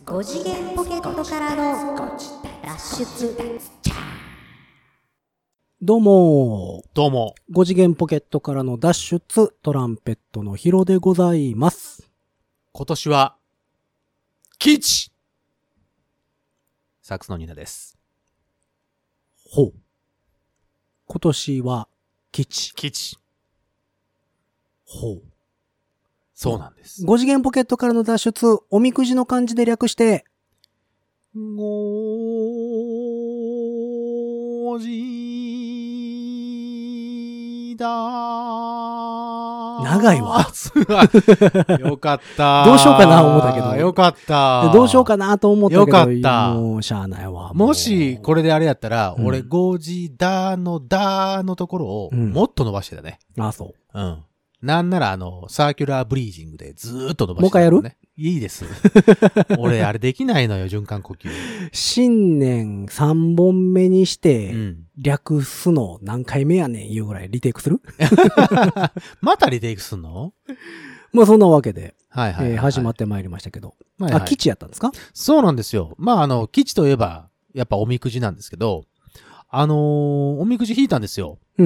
5次元ポケットからの脱出。 どうも 5 次元ポケットからの脱出、トランペットのヒロでございます。 今年は吉サックスのニーナです。 ほう。今年は吉。ほう。 そうなんです。 5次元ポケットからの脱出、おみくじの漢字で略して、 5時だ長いわ。 よかった。 どうしようかな思ったけど。 よかった。 どうしようかなと思ったけど。 よかった。 もうしゃあないわ。 もしこれであれやったら、俺 5 時だのところをもっと伸ばしてたね。 あ、そう。 うん。なんならサーキュラーブリージングでずーっと伸ばしてた、ね。 もう一回やる？ いいです。俺、あれできないのよ、循環呼吸。 新年3本目にして、 うん、 略すの何回目やねん言うぐらいリテイクする？ またリテイクすんの？ まあそんなわけで、 はいはいはいはい、 始まってまいりましたけど。 はいはい、 吉やったんですか？ そうなんですよ。まあ吉といえば、やっぱおみくじなんですけど、おみくじ引いたんですよ。 うん。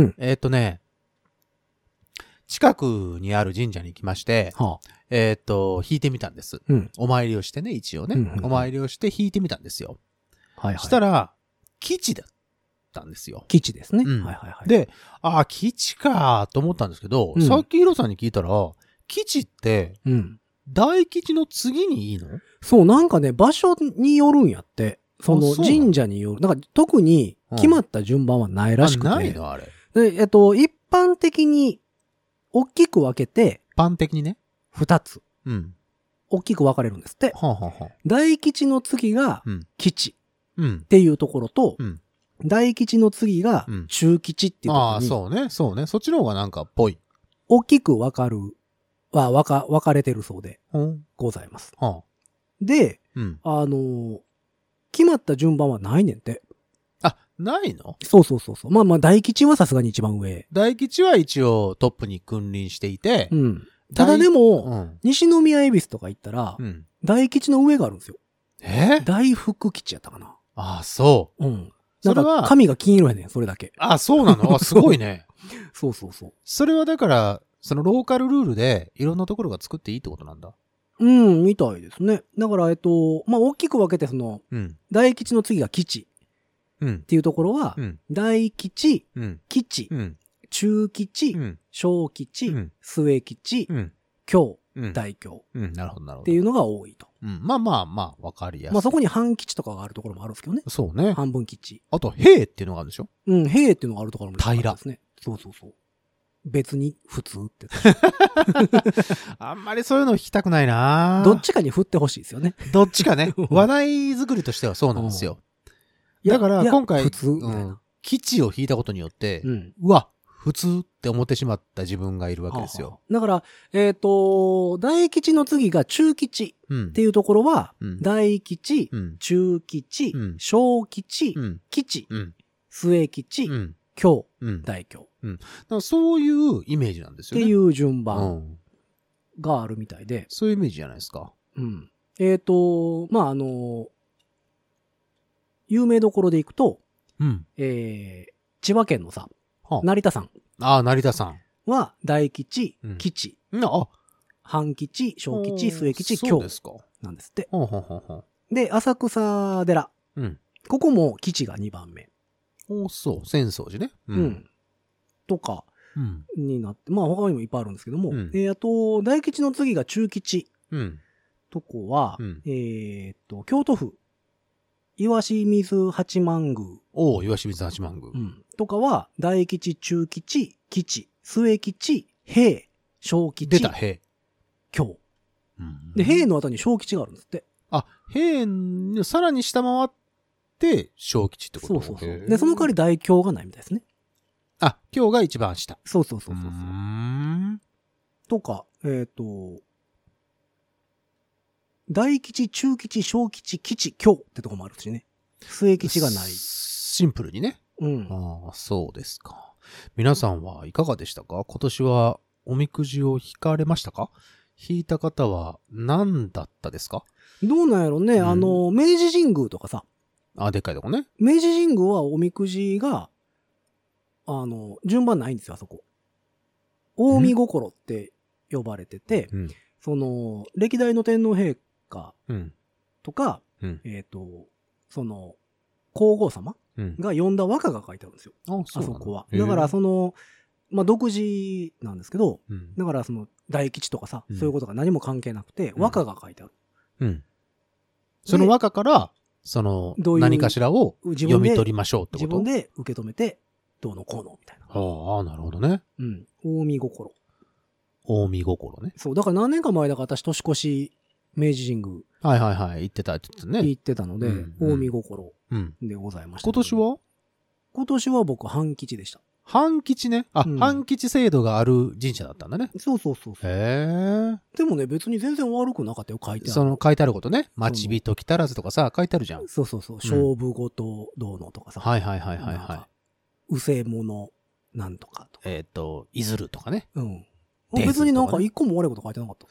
近くにある神社に行きまして、 はあ、 引いてみたんです。 うん。 お参りをしてね、一応ね。 うんうんうん、 お参りをして引いてみたんですよ。 はいはい。 したら、吉だったんですよ。 吉ですね。 うん、 はいはいはい。 で、吉かと思ったんですけど、さっきヒロさんに聞いたら、吉って、大吉の次にいいの？ そう、なんかね、場所によるんやって。その神社による。なんか特に決まった順番はないらしくて。 ないのあれ。 で、一般的に大きく分けて。 一般的にね。 二つ。 うん。 大きく分かれるんですって。 はあはあはあ、 大吉の次が吉。 うん。 っていうところと、 うん、 大吉の次が中吉っていうところに、 ああ、そうね。そうね。そっちの方がなんかっぽい。 大きく分かるは分かれてるそうでございます。 はあ、 で、 うん、 決まった順番はないねんて。 あ、ないの？ そう。まあまあ大吉はさすがに一番上。 大吉は一応トップに君臨していて、 うん。ただでも、西宮恵比寿とか行ったら、大吉の上があるんですよ。大福吉やったかな。 ああ、そう。 うん。なんか神が金色やねん、それだけ。 あ、そうなの？あ、すごいね。 そう。 それはだから、そのローカルルールでいろんなところが作っていいってことなんだ。 みたいですね。だから、まあ、大きく分けて大吉の次が吉。っていうところは、大吉、吉、中吉、小吉、末吉、凶、大凶。 なるほど。 っていうのが多いと。 まあ、わかりやすい。 まあそこに半吉とかがあるところもあるんですけどね。 そうね。 半分吉。 あと、平っていうのがあるでしょ？ 平っていうのがあるところもあるんですね。そう。別に普通って。 あんまりそういうの聞きたくないな。 どっちかに振ってほしいですよね。 どっちかね。話題作りとしてはそうなんですよ。だから今回、 普通、 吉を引いたことによって、うわ、普通って思ってしまった自分がいるわけですよ。 だから、大吉の次が中吉っていうところは、大吉、中吉、小吉、吉、末吉、凶、大凶。 だからそういうイメージなんですよね。 っていう順番があるみたいで。 そういうイメージじゃないですか。 まあ、有名どころでいくと、千葉県のさ、成田山。 成田山。 は、大吉、吉。半吉、小吉、末吉、凶。なんですって。で、浅草寺。ここも吉が2番目。 そう。浅草寺ね。 とか、になって、まあ他にもいっぱいあるんですけども、あと、大吉の次が中吉。とこは、京都府、石清水八幡宮。 石清水八幡宮。 とかは、大吉、中吉、吉、末吉、平、小吉。 出た、平。 凶。で、平の後に小吉があるんですって。 平のさらに下回って、小吉ってこと？ そう。で、その代わり大凶がないみたいですね。 凶が一番下。 そう。とか、大吉、中吉、小吉、吉、凶ってとこもあるしね。末吉がない。 シンプルにね。そうですか。皆さんはいかがでしたか？今年はおみくじを引かれましたか？ 引いた方は何だったですか？ どうなんやろね、明治神宮とかさ。 でっかいとこね。 明治神宮はおみくじが、順番ないんですよ、あそこ。近江心って呼ばれてて、歴代の天皇陛下とか、皇后様が読んだ和歌が書いてあるんですよ。あそこは。だから独自なんですけど、だから大吉とかさ、そういうことが何も関係なくて、和歌が書いてある。 その和歌から、何かしらを読み取りましょうってこと？ 自分で受け止めて、どうのこうのみたいな。 なるほどね。 近江心。 近江心ね。 そう、だから何年か前だから私年越し、明治神宮。 行ってたって言ってね。 行ってたので、近江心でございました。今年は僕、半吉でした。 半吉ね。半吉制度がある神社だったんだね。 そう。へえ。でもね、別に全然悪くなかったよ、書いてある。 書いてあることね。待ち人来たらずとかさ、書いてあるじゃん。 そう。勝負事どうのとかさ。 はい。 うせ者なんとかとか。 いずるとかね。 別になんか一個も悪いこと書いてなかった。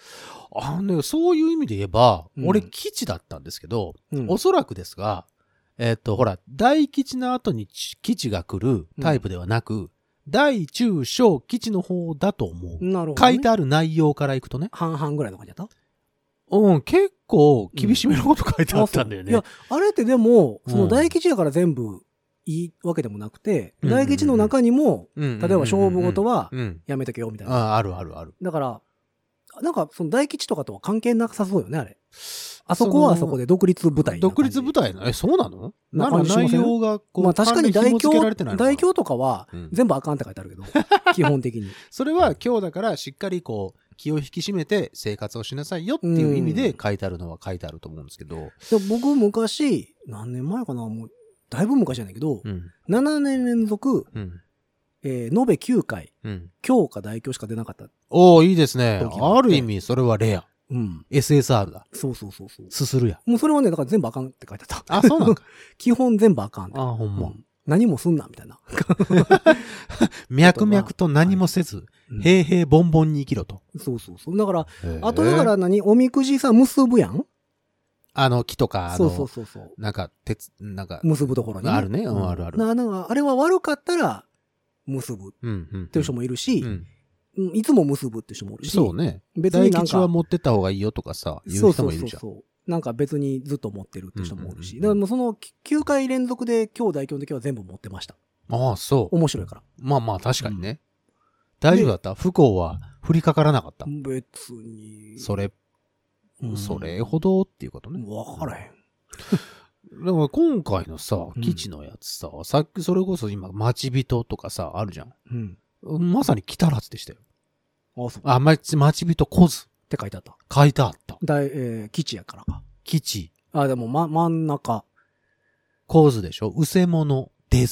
そういう意味で言えば、俺吉だったんですけど、おそらくですが、ほら、大吉の後に吉が来るタイプではなく、大中小吉の方だと思う。 なるほど、 書いてある内容からいくとね。 半々ぐらいの感じだった？ 結構厳しめのこと書いてあったんだよね。 いや、あれってでも、大吉だから全部いいわけでもなくて、大吉の中にも、例えば勝負事はやめとけよみたいな。 ある。 だから、なんか大吉とかとは関係なさそうよね、あれ。あそこはあそこで独立部隊。 独立部隊そうなの？なんか内容が確かに大凶とかは全部あかんって書いてあるけど、基本的に。 それは今日だからしっかり気を引き締めて生活をしなさいよっていう意味で書いてあるのは書いてあると思うんですけど。 僕昔、何年前かな、もうだいぶ昔じゃないけど、7年連続、延べ9回、凶か大凶しか出なかった。 いいですね。ある意味それはレア。SSR だ。 そう。 すするや。 もうそれはね、だから全部あかんって書いてあった。 そうなんか。 基本全部あかんって。 ほんま。 何もすんな、みたいな。 脈々と何もせず、平々凡々に生きろと。 そう。だから、あとだからおみくじさ、結ぶやん？ 木とか、 そう。 なんか、 結ぶところに。 あるね。ある。 あれは悪かったら、結ぶっていう人もいるし、いつも結ぶって人もいるし。 そうね。別に大吉は持ってった方がいいよとかさ、言う人もいるじゃん。 そう。なんか別にずっと持ってるって人もいるし。だからもうその9回連続で今日大凶の時は全部持ってました。 そう。 面白いから。 まあ確かにね。大丈夫だった？不幸は降りかからなかった？ 別に。 それほどっていうことね。 わからへん。 だから今回のさ、吉のやつさ、さっきそれこそ今、待ち人とかさ、あるじゃん。まさに来たらずでしたよ。待ち人来ず。 って書いてあった。 書いてあった。 吉やからか。 吉。 でも真ん中。 来ずでしょ？うせ者です。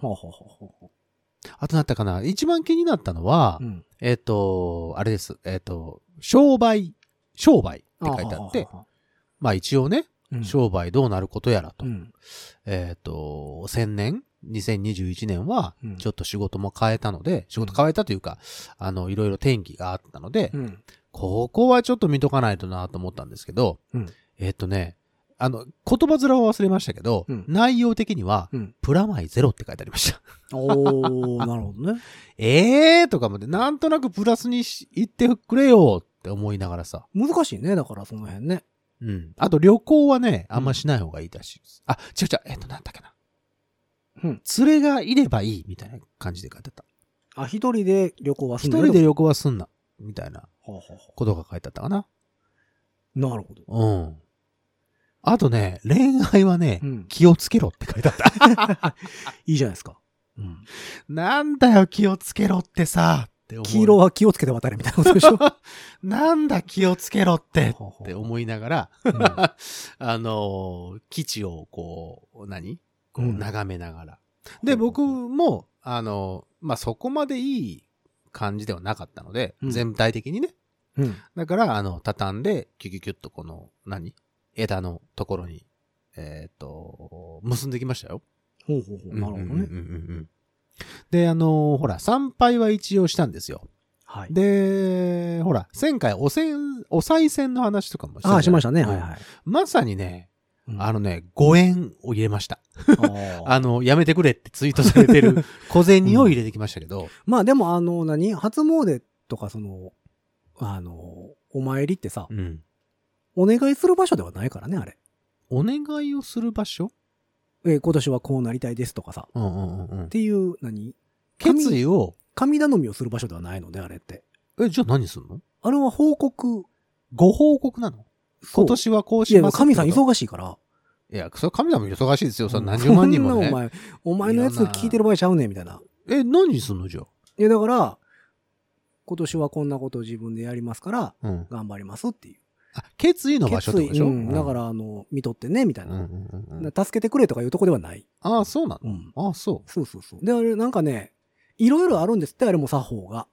あとなったかな？一番気になったのは、あれです。商売って書いてあって、まあ一応ね、商売どうなることやらと。2021年は、ちょっと仕事も変えたので、仕事変えたというか、いろいろ転機があったので、ここはちょっと見とかないとなと思ったんですけど、言葉面は忘れましたけど、内容的には、プラマイゼロって書いてありました。 なるほどね。 とかもで、なんとなくプラスに言ってくれよって思いながらさ。 難しいね、だからその辺ね。 あと旅行はね、あんましない方がいいらしいです。違う、なんだっけな。連れがいればいいみたいな感じで書いてあった。 一人で旅行はすんな。 一人で旅行はすんな。みたいなことが書いてあったかな。 なるほど。 あとね、恋愛はね、気をつけろって書いてあった。 いいじゃないですか。 なんだよ、気をつけろってさ。 黄色は気をつけて渡れみたいなことでしょ。 なんだ気をつけろって思いながら、基地を眺めながら。で、僕も、そこまでいい感じではなかったので、全体的にね。だから、畳んで、キュキュキュッと枝のところに、結んできましたよ。 なるほどね。 で、ほら、参拝は一応したんですよ。 はい。 で、ほら、前回お賽銭の話とかもしてた。 しましたね。はいはい。 まさにね、5円を入れました。やめてくれってツイートされてる小銭を入れてきましたけど。 まあでも初詣とかお参りってさ、お願いする場所ではないからね、あれ。 お願いをする場所？ 今年はこうなりたいですとかさ。っていう、 決意を。 神頼みをする場所ではないので、あれって。 じゃあ何すんの？ あれは報告。 ご報告なの？今年はこうします。 いや、神さん忙しいから。 いや、それ神さんも忙しいですよ。その何十万人もね。 お前のやつ聞いてる場合ちゃうねん、みたいな。 何すんのじゃあ。 いや、だから、今年はこんなことを自分でやりますから、頑張りますっていう。 決意の場所ってことでしょ？ だから、見とってね、みたいな。助けてくれとかいうとこではない。 ああ、そうなの？そう。 そう。で、あれ、なんかね、いろいろあるんですって、あれも作法が。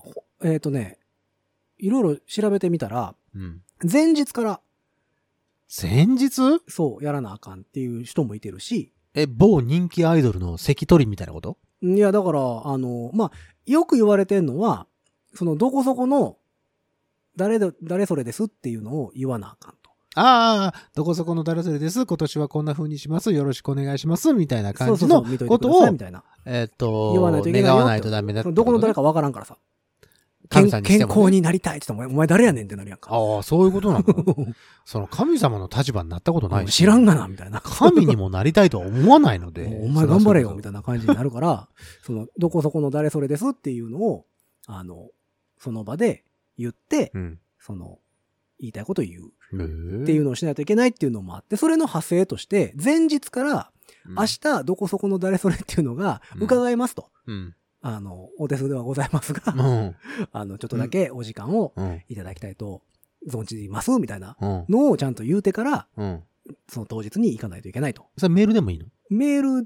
いろいろ調べてみたら、前日から。 前日？ そう、やらなあかんっていう人もいてるし。 某人気アイドルの関取みたいなこと？ いや、だから、よく言われてんのは、どこそこの、誰それですっていうのを言わなあかんと。 どこそこの誰それです。今年はこんな風にします。よろしくお願いします。みたいな感じのことを、 みたいな。 言わないといけない。願わないとダメだ。 どこの誰かわからんからさ。健康になりたいって言ったら、お前誰やねんってなるやんか。 そういうことなの？その神様の立場になったことないし。 知らんがな、みたいな。 神にもなりたいとは思わないので。 お前頑張れよ、みたいな感じになるから、どこそこの誰それですっていうのを、その場で言って、言いたいことを言うっていうのをしないといけないっていうのもあって、それの派生として、前日から明日どこそこの誰それっていうのが伺えますと。お手数ではございますが、ちょっとだけお時間をいただきたいと存じますみたいなのをちゃんと言うてから、その当日に行かないといけないと。 それメールでもいいの？ メール、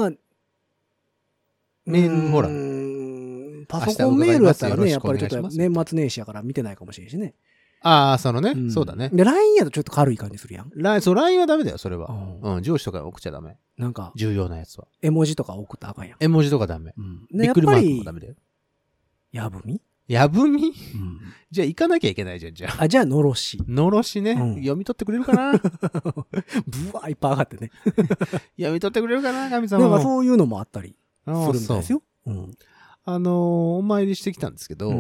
ほら。 パソコンメールだったらね、やっぱりちょっと年末年始やから見てないかもしれんしね。 そうだね。 で、LINE やとちょっと軽い感じするやん。 LINE はダメだよ、それは。上司とか送っちゃダメ。 なんか、 重要なやつは。 絵文字とか送ったらあかんやん。 絵文字とかダメ。びっくりマークもダメだよ。 やぶみ？ やぶみ？じゃあ行かなきゃいけないじゃん、じゃあ。 じゃあ、のろし。 のろしね。読み取ってくれるかな？ブワーいっぱい上がってね。 読み取ってくれるかな、神様。 なんかそういうのもあったりするんですよ。 お参りしてきたんですけど、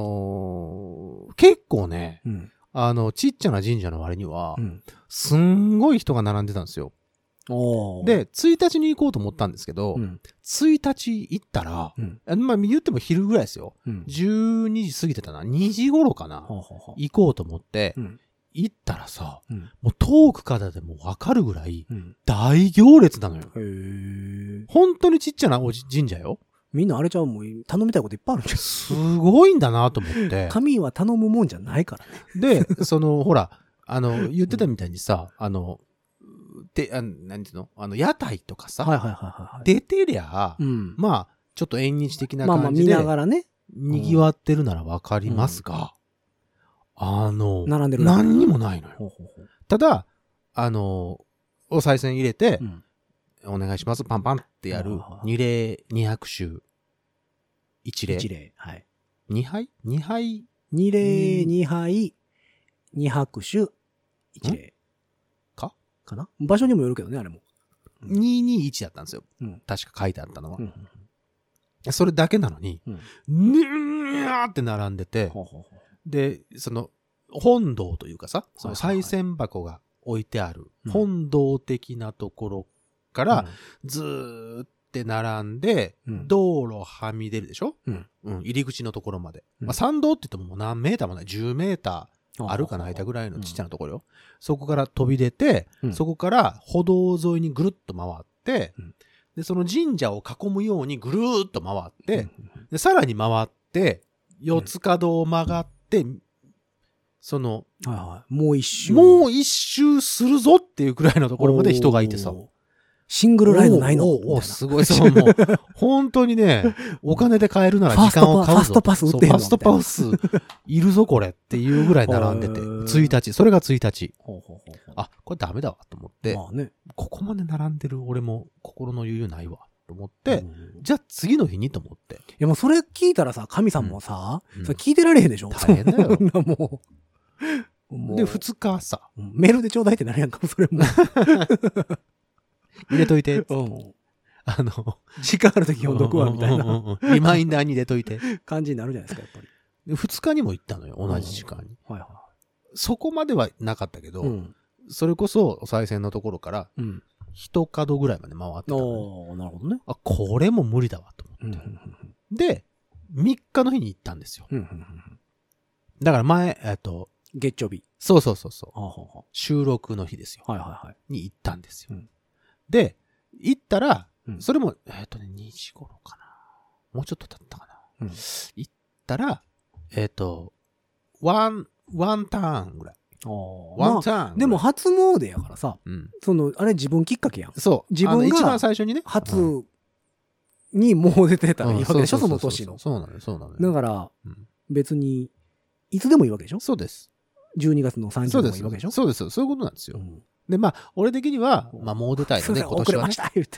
結構ね、ちっちゃな神社の割には、すんごい人が並んでたんですよ。で、1日に行こうと思ったんですけど、1日行ったら、言っても昼ぐらいですよ。12時過ぎてたな。2時頃かな。行こうと思って、行ったらさ、もう遠くからでもわかるぐらい、大行列なのよ。本当にちっちゃな神社よ。 みんなあれちゃうもう頼みたいこといっぱいあるんじゃん。 すごいんだなと思って。 神は頼むもんじゃないからね。 で、ほら、言ってたみたいにさ、なんていうの？屋台とかさ、出てりゃ、ちょっと縁日的な感じで、 見ながらね。 賑わってるならわかりますが、 並んでる何にもないのよ。ただ、お賽銭入れて、お願いします、パンパンってやる、二礼二拍手、一礼。 一礼。はい。 二杯？二杯？ 二礼二杯、二拍手、一礼。かな？場所にもよるけどね、あれも。 221だったんですよ。確か書いてあったのは。それだけなのに、にゃーって並んでて、で、本堂というかさ、その賽銭箱が置いてある、本堂的なところから、ずーって並んで、道路はみ出るでしょ？入り口のところまで。参道って言っても何メーターもない、10メーターあるかないたぐらいのちっちゃなところよ。そこから飛び出て、そこから歩道沿いにぐるっと回って、で、その神社を囲むようにぐるーっと回って、で、さらに回って、四つ角を曲がって、 もう一周するぞっていうくらいのところまで人がいてさ。 シングルライドないの？ すごい、そう、もう、本当にね、お金で買えるなら時間を買うぞ。 ファストパス売ってんの？ ファストパス、いるぞこれっていうぐらい並んでて、1日、それが1日。これダメだわと思って、ここまで並んでる俺も心の余裕ないわ。 と思って、じゃあ次の日にと思って。いやもうそれ聞いたらさ、神さんもさ、それ聞いてられへんでしょ。 大変だよ。 もうで、2日さ。 メールでちょうだいってなるやんか、それも。 入れといて。 時間あるとき読んどくわ、みたいな。 リマインダーに入れといて。 感じになるじゃないですか、やっぱり。 2日にも行ったのよ、同じ時間に。はいはい。そこまではなかったけど、それこそお賽銭のところから、一角ぐらいまで回ってたの。 なるほどね。 あ、これも無理だわ、と思って。で、3日の日に行ったんですよ。だから前、 月曜日。 そうそうそうそう。収録の日ですよ。はいはいはい。に行ったんですよ。で、行ったら、それも、2時頃かな。もうちょっと経ったかな。行ったら、ワンターンぐらい。ワンターン。 でも初詣やからさ、あれ自分きっかけやん。 そう。 自分が一番最初にね。 初にもう出てたらいいわけでしょ、その年の。 そうなのよ、そうなのよ。 だから、別に、いつでもいいわけでしょ。 そうです。 12月の30日でもいいわけでしょ。 そうです。そういうことなんですよ。で、まあ、俺的には、まあ、もう出たいので、今年は。 遅れました、言って。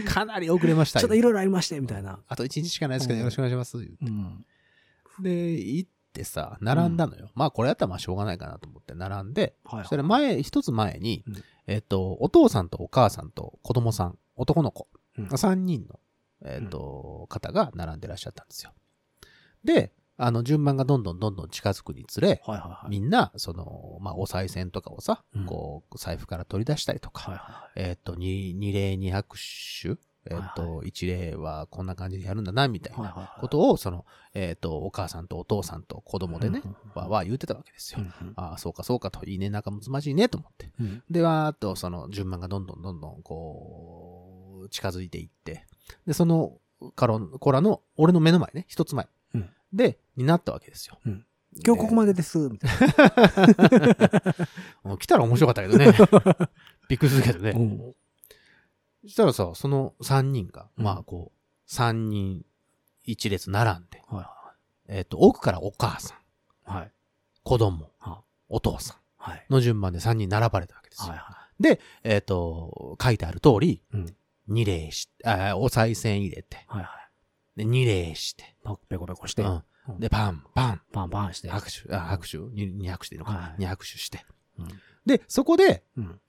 かなり遅れました。 ちょっといろいろありまして、みたいな。 あと1日しかないですけど、よろしくお願いします。で、行ってさ、並んだのよ。まあ、これやったらまあ、しょうがないかなと思って並んで、そしたら一つ前に、お父さんとお母さんと子供さん、男の子、3人の、方が並んでらっしゃったんですよ。で、順番がどんどん近づくにつれ、みんな、まあ、お賽銭とかをさ、こう、財布から取り出したりとか、二礼二拍手、一礼はこんな感じでやるんだな、みたいなことを、お母さんとお父さんと子供でね、言ってたわけですよ。ああ、そうかそうかと、いいね、仲睦まじいね、と思って。で、順番がどんどん、こう、近づいていって、で、その子らの、俺の目の前ね、一つ前。で、になったわけですよ。 今日ここまでです、みたいな。来たら面白かったけどね。びっくりするけどね。そしたらさ、その3人が、まあこう、3人一列並んで、奥からお母さん、子供、お父さんの順番で3人並ばれたわけですよ。で、書いてある通り、2礼し、お賽銭入れて、で、2礼して。 ペコペコして。 で、パンして。 拍手、2拍手でいいのか。2拍手して。で、そこで、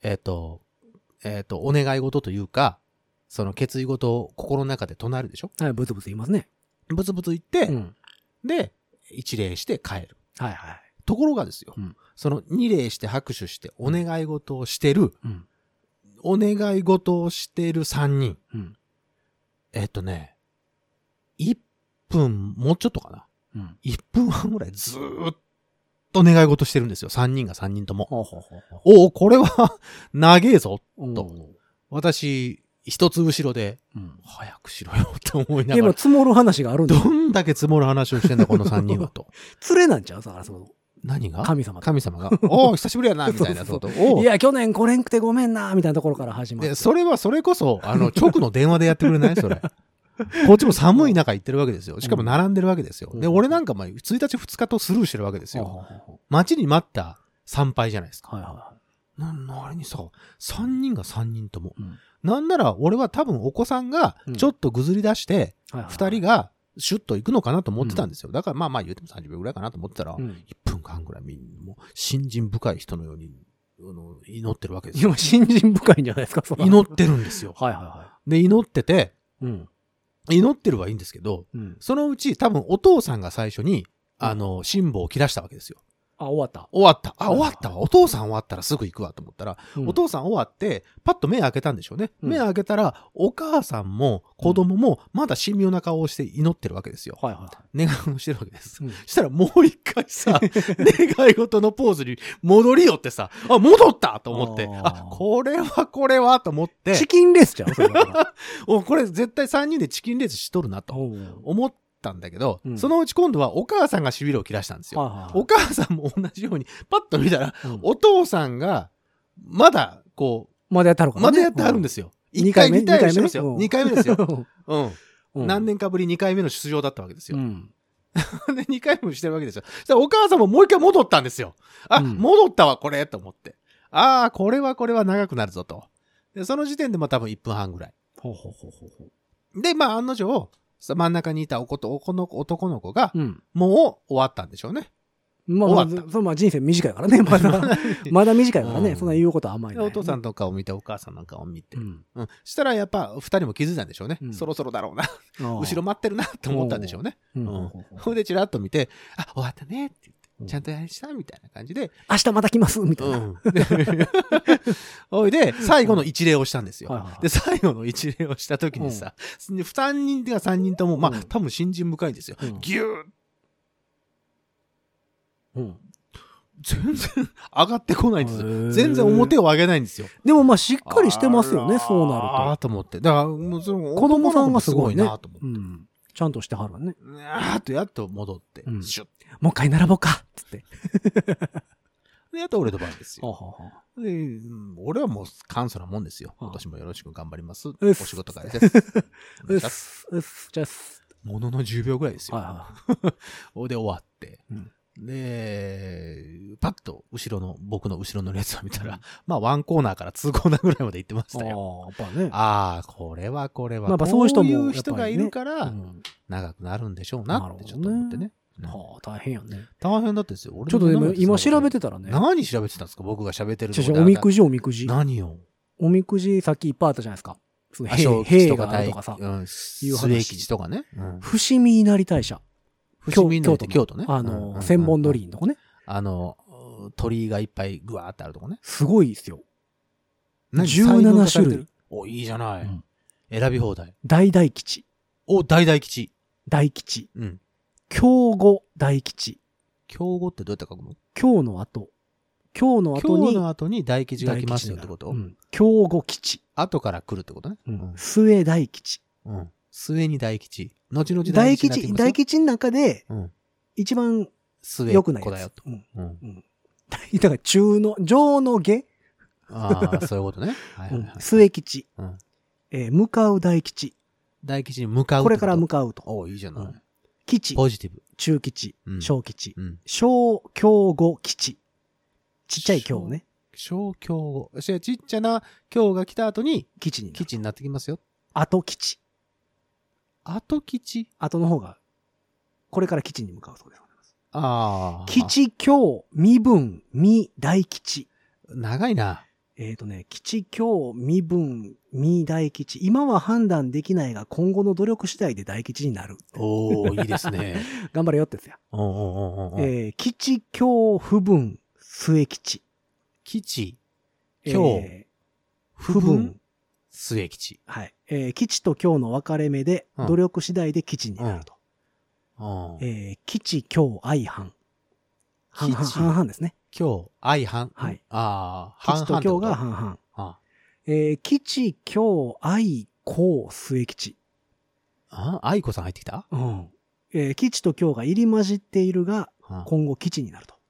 お願い事というか、その決意事を心の中で唱えるでしょ？ はい、ブツブツ言いますね。 ブツブツ言って、で、一礼して帰る。はいはい。ところがですよ、その2礼して拍手してお願い事をしてる、お願い事をしてる3人。1分、もうちょっとかな。1分半ぐらいずーっと願い事してるんですよ。3人が3人とも。おお、これは長えぞ、と。私、一つ後ろで、早くしろよって思いながら。 今積もる話があるんだ。 どんだけ積もる話をしてんだ、この3人はと。 連れなんちゃうさ、その。 何が神様が。おお、久しぶりやな、みたいなこと。 いや、去年来れんくてごめんな、みたいなところから始まる。 で、それこそ、直の電話でやってくれないそれ。こっちも寒い中行ってるわけですよ。しかも並んでるわけですよ。で、俺なんか1日2日とスルーしてるわけですよ。待ちに待った参拝じゃないですか。あれにさ、3人が3人とも。なんなら俺は多分お子さんがちょっとぐずり出して、2人がシュッと行くのかなと思ってたんですよ。だからまあ言うても30秒ぐらいかなと思ってたら、1分間ぐらいみんなもう信心深い人のように祈ってるわけですよ。 今信心深いんじゃないですか、 祈ってるんですよ。で、祈ってて、祈ってるはいいんですけど、そのうち多分お父さんが最初に、辛抱を切らしたわけですよ。 終わった。 終わったわ。お父さん終わったらすぐ行くわと思ったら、お父さん終わって、パッと目開けたんでしょうね。目開けたら、お母さんも子供もまだ神妙な顔をして祈ってるわけですよ。願い事してるわけです。そしたらもう一回さ、願い事のポーズに戻りよってさ、戻ったと思って、これはと思って。 チキンレースじゃん、 これ絶対3人でチキンレースしとるなと思って、たんだけど、そのうち今度はお母さんがしびれを切らしたんですよ。お母さんも同じようにパッと見たら、お父さんがまだこうまだやってはるからね。まだやってはるんですよ。2回目ですよ。2回目ですよ。何年かぶり2回目の出場だったわけですよ。で2回目してるわけですよ。そしたらお母さんももう一回戻ったんですよ。戻ったわこれと思って。これは長くなるぞと。でその時点で多分1分半ぐらい。 ほうほうほうほうほう。で、まあ案の定、真ん中にいた男の子が、 う。うん。 もう終わったんでしょうね。 まあ、 終わったまあ人生短いからね。まだ短いからね。そんな言うことは甘いね。 お父さんとかを見て、お母さんなんかを見て。 うん。 したらやっぱ二人も気づいたんでしょうね。 うん、 そろそろだろうな。後ろ待ってるなって思ったんでしょうね。ほんでチラッと見て、あ、終わったねって言って。ちゃんとやりしたみたいな感じで。 明日また来ますみたいな。 おいで、最後の一礼をしたんですよ。で、最後の一礼をした時にさ、2人が3人とも、まあ、多分信心深いんですよ。ギュー全然上がってこないんですよ。全然表を上げないんですよ。 でもまあしっかりしてますよね、そうなると。 ああと思って。だから、もうその子供さんがすごいなと思って。 ちゃんとしてはるわね。 やっと戻って、シュッ。 もう一回並ぼうかつって。 で、やっと俺の番ですよ。で、俺はもう簡素なもんですよ。今年もよろしく頑張ります。お仕事会です。 じゃあ、 ものの10秒ぐらいですよ。で、終わって。で、パッと僕の後ろの列を見たら、まあ1コーナーから2コーナーぐらいまで行ってましたよ。ああ、これは。 まあそういう人がいるから、長くなるんでしょうなってちょっと思ってね。 はあ、大変やね。 大変だってですよ。 ちょっとでも今調べてたらね。 何調べてたんですか僕が喋ってるの。 おみくじ。 何よ。 おみくじさっきいっぱいあったじゃないですか。 小吉とか大とかさ。 末吉とかね。 伏見稲荷大社。 伏見稲荷って京都ね。 千本鳥居のとこね。 鳥居がいっぱいぐわーってあるとこね。 すごいですよ。17種類。 お、いいじゃない。選び放題。 大吉。 大吉。 大吉。京吾大吉。 京吾ってどうやって書くの？ 京の後に大吉が来ますよってこと？ 京吾吉。 後から来るってことね。 末大吉。 末に大吉。後々 大吉。大吉の中で、一番良くないやつ。だから上の下。 ああ、そういうことね。 末吉。向かう大吉。 大吉に向かう。 これから向かうと。 お、いいじゃない。 吉。 ポジティブ。 中吉。小吉。小京吾吉。ちっちゃい京ね。 小京吾。ちっちゃな京が来た後に、 吉になってきますよ。 後吉。 後吉？ 後の方が、これから吉に向かうそうです。 ああ。 吉京身分身大吉。 長いな。 吉京身分身大吉。今は判断できないが、今後の努力次第で大吉になる。 おー、いいですね。 頑張れよってやつや。吉京不分末吉。 吉京不分末吉。 はい。吉と京の分かれ目で、努力次第で吉になると。吉京相反。半々ですね。 京相反。 はい。 吉と京が半々。吉京愛子末吉。 愛子さん入ってきた？ 吉と京が入り混じっているが、今後吉になると。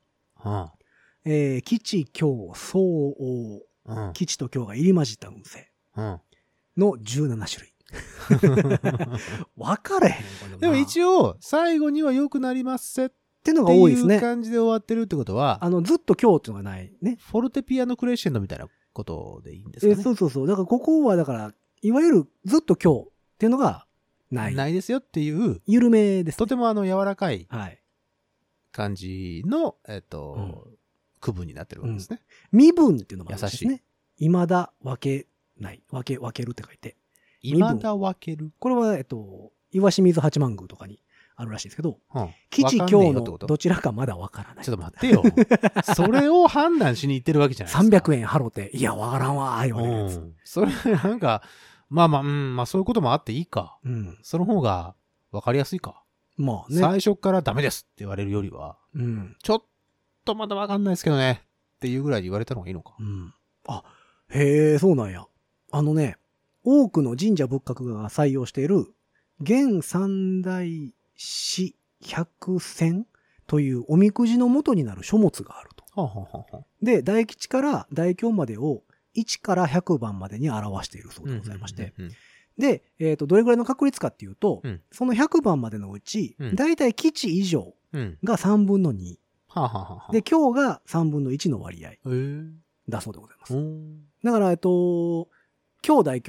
吉京相応。吉と京が入り混じった運勢。の17種類。分かれへん。 でも一応、最後には良くなりますせってのが多いですね。 っていう感じで終わってるってことは、 ずっと今日っていうのがないね。 フォルテピアノクレッシェンドみたいなことでいいんですかね。 そう。だからここは、だから、いわゆるずっと今日っていうのがない。 ないですよっていう、 緩めです、ね。 とても柔らかい感じの、区分になってるわけですね。 身分っていうのもあるんですね。 優しい。未だ分けない。分けるって書いて。 未だ分ける。 これは、岩清水八幡宮とかにあるらしいですけど、吉京のどちらかまだわからない。 ちょっと待ってよ。それを判断しに行ってるわけじゃないですか。 300円払って、いや、わからんわ、言われるやつ。 それ、なんか、まあそういうこともあっていいか。その方がわかりやすいか。 まあね。 最初からダメですって言われるよりは、ちょっとまだわかんないですけどね。っていうぐらいで言われたのがいいのか。 へえ、そうなんや。多くの神社仏閣が採用している、現三大師百選というおみくじの元になる書物があると。で、大吉から大凶までを1から100番までに表しているそうでございまして。で、どれぐらいの確率かっていうと、その100番までのうち、だいたい吉以上が3分の2。で、凶が3分の1の割合だそうでございます。だから、凶大凶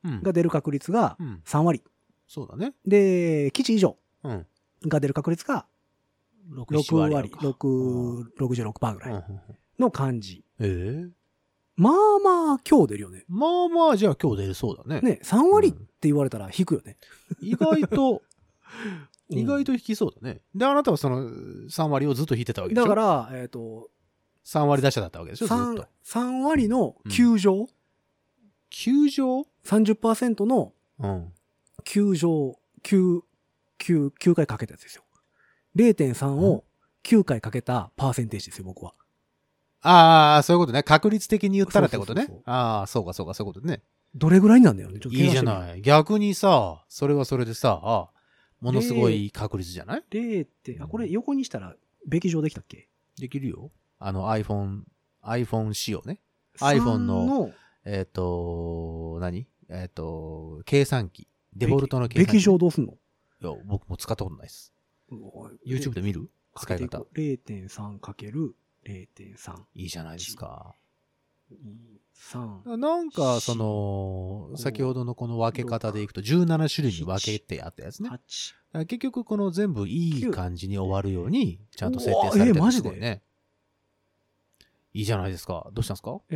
が出る確率が3割。 そうだね。 で、基地以上が出る確率が6割、66% ぐらいの感じ。まあまあ今日出るよね。 まあまあじゃあ今日出るそうだね。 ね、3割って言われたら引くよね。 意外と引きそうだね。で、あなたはその3割をずっと引いてたわけでしょ。 だから、 3割出しだったわけでしょ、ずっと。 3割の9乗、 9乗 ?30% の9乗、9回かけたやつですよ。0.3 を9回かけたパーセンテージですよ、僕は。 ああ、そういうことね。確率的に言ったらってことね。ああ、そうか、そういうことね。 どれぐらいになんだよね、ちょっといいじゃない。逆にさ、それはそれでさ、ものすごい確率じゃない？ 0. って、これ横にしたら、べき乗できたっけ？ できるよ。iPhone 仕様ね。iPhone の、計算機。デフォルトの計算機。 べき乗どうすんの？ いや、僕も使ったことないです。YouTube で見る？使い方。 0.3 かける0.3。 いいじゃないですか。 3。 なんか、先ほどのこの分け方でいくと17種類に分けてあったやつね。結局この全部いい感じに終わるように、ちゃんと設定されてるんですごいね。いいじゃないですか。どうしたんですか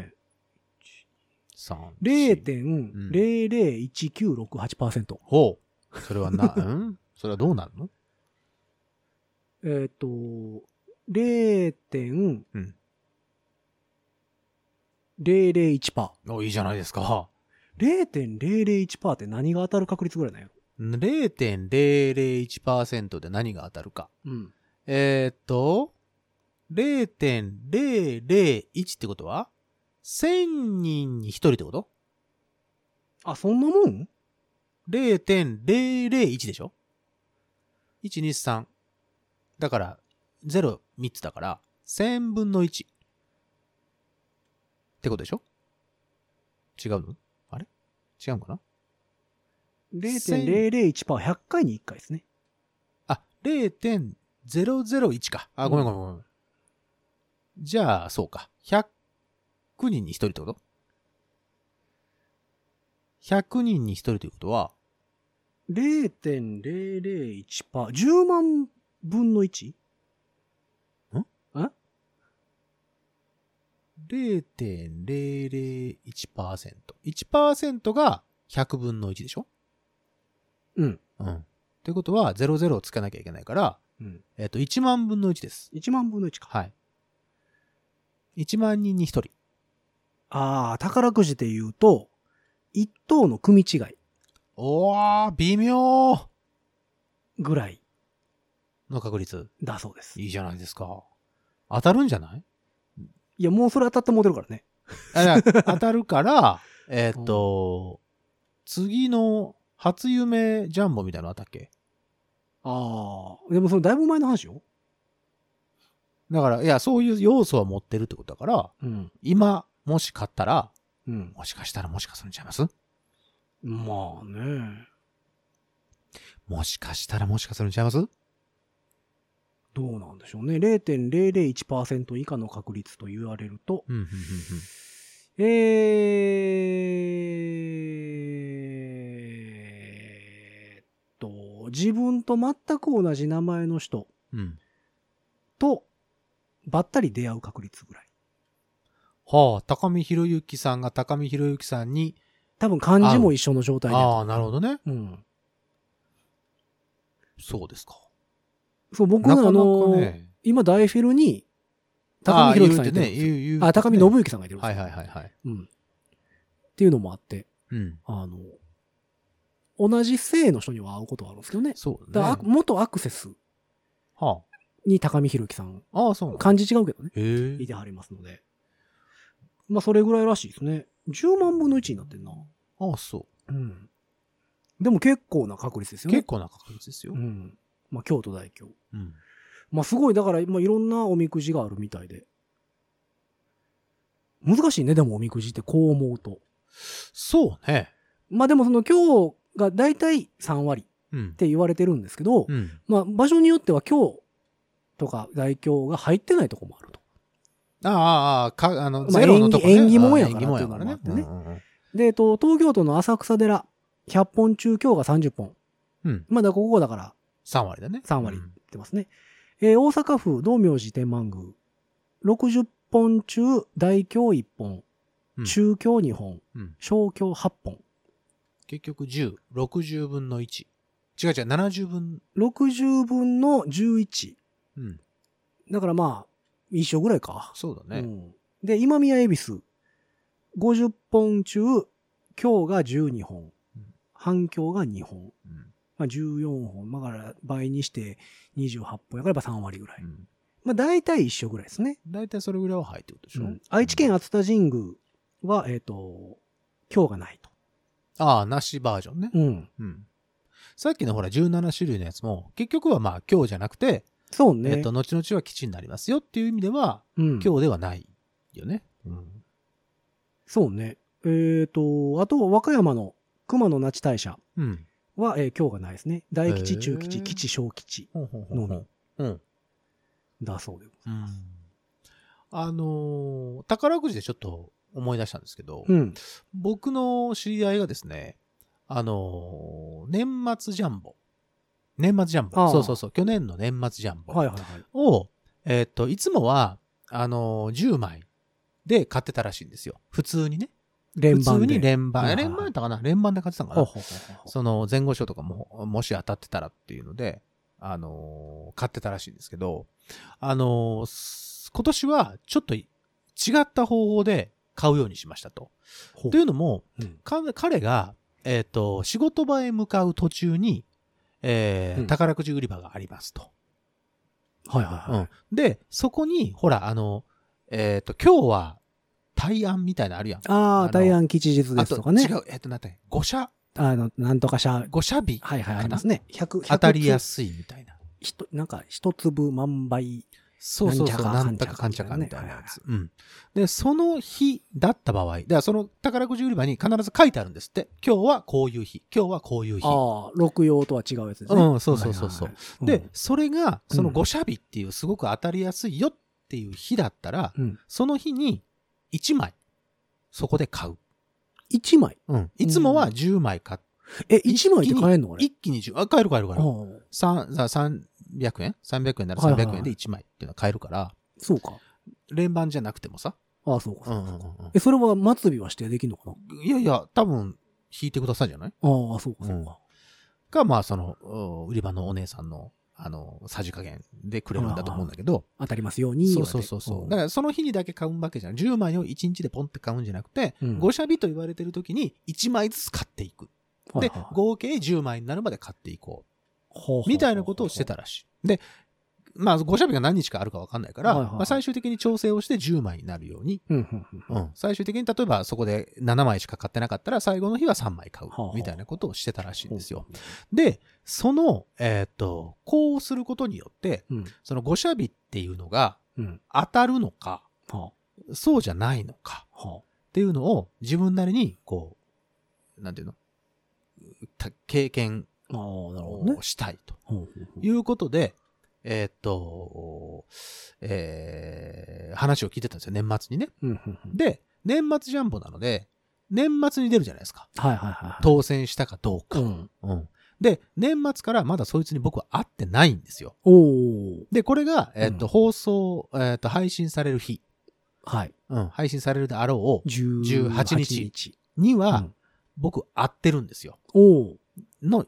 0.001968%。 ほう。それはそれはどうなるの 0.001%。 いいじゃないですか。 0.001% って何が当たる確率ぐらいだよ。 0.001% で何が当たるか。0.001 ってことは1000人に1人ってこと？ あ、そんなもん？ 0.001 でしょ？ 1、2、3。だから、0、3つだから、1000分の1。ってことでしょ？違うの？あれ？違うのかな？ 0.001% 100回に1回ですね。 あ、0.001 か。あ、ごめん。じゃあ、そうか。100人に1人ってこと？ 100 人に1人ということは、 0.001%、10万分の 1？ 0.001%。1% が100分の1でしょ？ うん。 ってことは、00をつけなきゃいけないから、1万分の1です。 1万分の1か。 はい。1万人に1人。 ああ、宝くじで言うと、1等の組違い。 おー、微妙ぐらい。 の確率。 だそうです。 いいじゃないですか。当たるんじゃない？ いや、もうそれ当たったモデルからね。 当たるから、次の初夢ジャンボみたいなのあったっけ？ ああ、でもそれだいぶ前の話よ。 だから、いや、そういう要素は持ってるってことだから、今、もし買ったら、もしかしたらもしかするんちゃいます？ まあね。 もしかしたらもしかするんちゃいます？ どうなんでしょうね。0.001% 以下の確率と言われると、自分と全く同じ名前の人とばったり出会う確率ぐらい。 はあ、高見博之さんが高見博之さんに多分漢字も一緒の状態で。 ああ、なるほどね。そうですか。 そう、僕は今大フィルに高見博之さんがいてるんですよ。高見信之さんがいてるんですよ。 はい。 っていうのもあって、同じ姓の人には会うことはあるんですけどね。 そうね。元アクセスに高見博之さん。漢字違うけどね。いてはりますので。まあ、それぐらいらしいですね。10万分の1になってんな。 ああ、そう。 でも結構な確率ですよね。 結構な確率ですよ。 まあ、京都大京。まあ、すごい、だから、まあ、いろんなおみくじがあるみたいで。難しいね、でもおみくじってこう思うと。 そうね。 まあ、でもその今日がだいたい3割って言われてるんですけど、まあ、場所によっては今日とか大京が入ってないとこもあると。 ゼロのとこね。 縁起物やからっていうのもあってね。 で、東京都の浅草寺、100本中今日が30本。 うん。 まだここだから。 3割だね。 3割ってますね。大阪府道明寺天満宮。60本中大経1本。中経2本。小経8本。 結局10、60分の1。違う、70分。 60分の11。 うん。 だからまあ、一緒ぐらいか。 そうだね。 で、今宮恵比寿。50本中、経が12本。半経が2本。まあ14本。だから倍にして28本。やからやっぱ3割ぐらい。まあ大体一緒ぐらいですね。 大体それぐらいは入ってるでしょ。 愛知県熱田神宮は、経がないと。 ああ、なしバージョンね。うん。さっきのほら17種類のやつも、結局はまあ経じゃなくて、 そうね。 後々は基地になりますよっていう意味では、経ではないよね。 そうね。あと、和歌山の熊野那智大社は、経がないですね。大吉、中吉、吉、小吉のみ。だそうでございます。 宝くじでちょっと思い出したんですけど、僕の知り合いがですね、年末ジャンボ。そう。去年の年末ジャンボを、いつもは、10枚で買ってたらしいんですよ。普通にね。 連番で。 普通に連番。連番やったかな？連番で買ってたのかな？その前後賞とかも、もし当たってたらっていうので、買ってたらしいんですけど、今年はちょっと違った方法で買うようにしましたと。というのも、彼が、仕事場へ向かう途中に、宝くじ売り場がありますと。で、そこに、ほら、今日は、大安みたいなのあるやん。 大安吉日ですとかね。 違う、なんだっけ、5社。 なんとか社。 5社日。 ありますね。 当たりやすいみたいな。 なんか、一粒万倍。 そう。なんとかかんちゃかみたいなやつ。で、その日だった場合、だからその宝くじ売り場に必ず書いてあるんですって。今日はこういう日。今日はこういう日。 六曜とは違うやつですね。 そう。で、それが、その5社日っていうすごく当たりやすいよっていう日だったら、その日に1枚、そこで買う。 1枚？ いつもは10枚買って。1枚で買えんの？ 一気に10、買える。300円 ?300 円なら300円で1枚っていうのは買えるから。 そうか。 連番じゃなくてもさ。 そうか。それは末尾は指定できるのかな？ いや、多分、引いてくださいじゃない？ そうか。 か、まあ、その、売り場のお姉さんの、さじ加減でくれるんだと思うんだけど。 当たりますように。 そう。だから、その日にだけ買うわけじゃん。10枚を1日でポンって買うんじゃなくて、5社日と言われてる時に1枚ずつ買っていく。で、合計10枚になるまで買っていこう。みたいなことをしてたらしい。で、まあ、5社日が何日かあるか分かんないから、まあ、最終的に調整をして10枚になるように、最終的に例えばそこで7枚しか買ってなかったら、最後の日は3枚買う、みたいなことをしてたらしいんですよ。で、その、こうすることによって、その5社日っていうのが、当たるのか、そうじゃないのか、っていうのを自分なりに、こう、なんていうの？経験をしたいということで、話を聞いてたんですよ、年末にね。で、年末ジャンボなので、年末に出るじゃないですか。当選したかどうか。で、年末からまだそいつに僕は会ってないんですよ。で、これが、放送、配信される日。配信されるであろう18日には、僕会ってるんですよ。1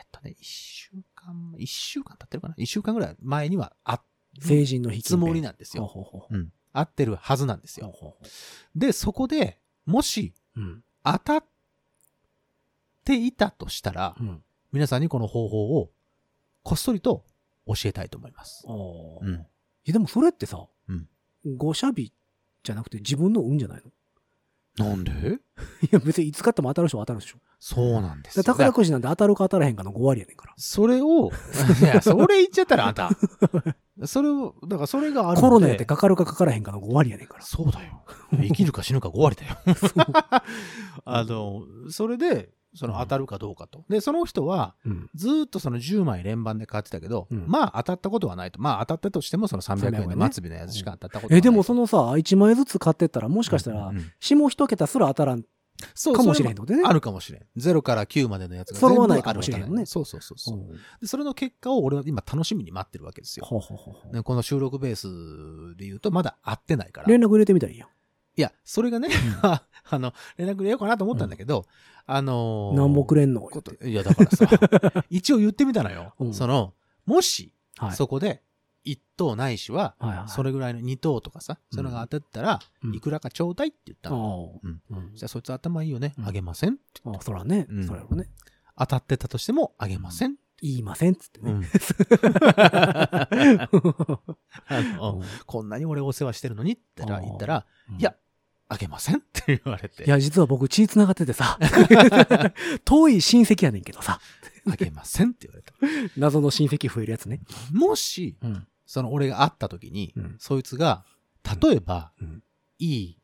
週間経ってるかな ?1 週間ぐらい前には成人の日つもりなんですよ。会ってるはずなんですよ。で、そこでもし、当たっていたとしたら、皆さんにこの方法をこっそりと教えたいと思います。 でもそれってさ、5社日じゃなくて自分の運じゃないの？ なんで？ いや別にいつ買っても当たる人は当たるでしょ。 そうなんですよ。 宝くじなんて当たるか当たらへんかの5割やねんから。 それを、いや、それ言っちゃったらあんた。それを、だからそれがあるんで。 コロナやってかかるかかからへんかの5割やねんから。 そうだよ。生きるか死ぬか5割だよ。それで、その当たるかどうかと。で、その人は、ずーっとその10枚連番で買ってたけど、まあ当たったことはないと。まあ当たったとしてもその300円の末尾のやつしか当たったことはない。 でもそのさ、1枚ずつ買ってったらもしかしたら、下1桁すら当たらんっかもしれんのでね。 あるかもしれん。0から9までのやつが揃わないかもしれんね。 そう。で、それの結果を俺は今楽しみに待ってるわけですよ。でこの収録ベースで言うとまだ会ってないから。 連絡入れてみたらいいやん。 いや、それがね、連絡入れようかなと思ったんだけど、 何もくれんのいや、だからさ、一応言ってみたのよ。もし、そこで、1等ないしは、それぐらいの2等とかさ、それが当たったら、いくらかちょうだいって言ったの。じゃあそいつ頭いいよね。あげません。 そらね。そらね。 当たってたとしても、あげません。 言いませんっつってね。 こんなに俺お世話してるのにって言ったら、いや、あげませんって言われて。 いや、実は僕血繋がっててさ、遠い親戚やねんけどさ。 あげませんって言われた。 謎の親戚増えるやつね。 もし、その俺が会った時に、そいつが、例えば、いい、